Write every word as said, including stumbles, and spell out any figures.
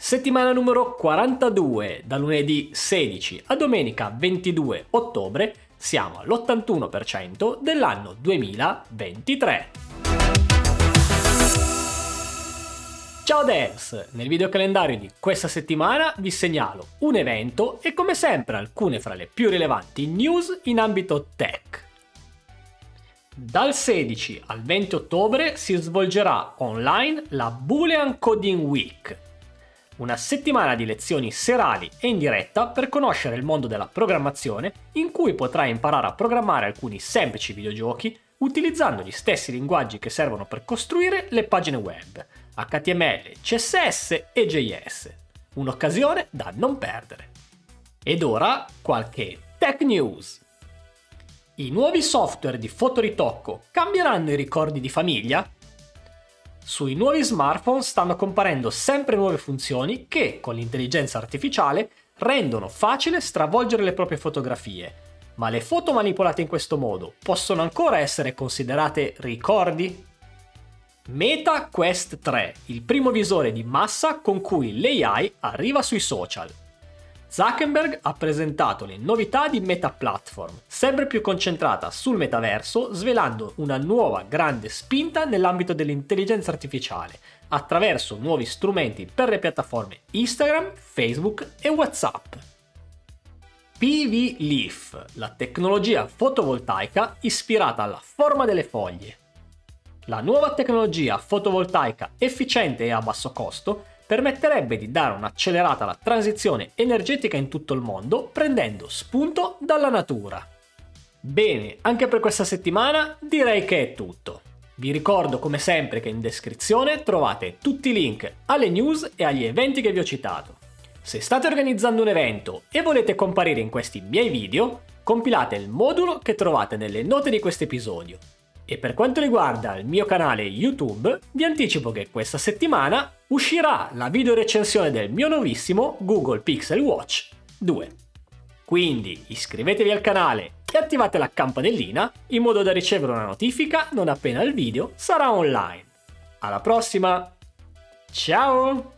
Settimana numero quarantadue, da lunedì sedici a domenica ventidue ottobre, siamo all'ottantuno per cento dell'anno duemilaventitré. Ciao devs! Nel videocalendario di questa settimana vi segnalo un evento e come sempre alcune fra le più rilevanti news in ambito tech. Dal sedici al venti ottobre si svolgerà online la Boolean Coding Week, una settimana di lezioni serali e in diretta per conoscere il mondo della programmazione, in cui potrai imparare a programmare alcuni semplici videogiochi utilizzando gli stessi linguaggi che servono per costruire le pagine web, acca ti emme elle, ci esse esse e gi esse esse. Un'occasione da non perdere. Ed ora qualche tech news. I nuovi software di fotoritocco cambieranno i ricordi di famiglia? Sui nuovi smartphone stanno comparendo sempre nuove funzioni che, con l'intelligenza artificiale, rendono facile stravolgere le proprie fotografie. Ma le foto manipolate in questo modo possono ancora essere considerate ricordi? Meta Quest tre, il primo visore di massa con cui l'A I arriva sui social. Zuckerberg ha presentato le novità di Meta Platform, sempre più concentrata sul metaverso, svelando una nuova grande spinta nell'ambito dell'intelligenza artificiale, attraverso nuovi strumenti per le piattaforme Instagram, Facebook e WhatsApp. P V Leaf, la tecnologia fotovoltaica ispirata alla forma delle foglie. La nuova tecnologia fotovoltaica efficiente e a basso costo permetterebbe di dare un'accelerata alla transizione energetica in tutto il mondo, prendendo spunto dalla natura. Bene, anche per questa settimana direi che è tutto. Vi ricordo come sempre che in descrizione trovate tutti i link alle news e agli eventi che vi ho citato. Se state organizzando un evento e volete comparire in questi miei video, compilate il modulo che trovate nelle note di questo episodio. E per quanto riguarda il mio canale YouTube, vi anticipo che questa settimana uscirà la video recensione del mio nuovissimo Google Pixel Watch due. Quindi iscrivetevi al canale e attivate la campanellina in modo da ricevere una notifica non appena il video sarà online. Alla prossima! Ciao!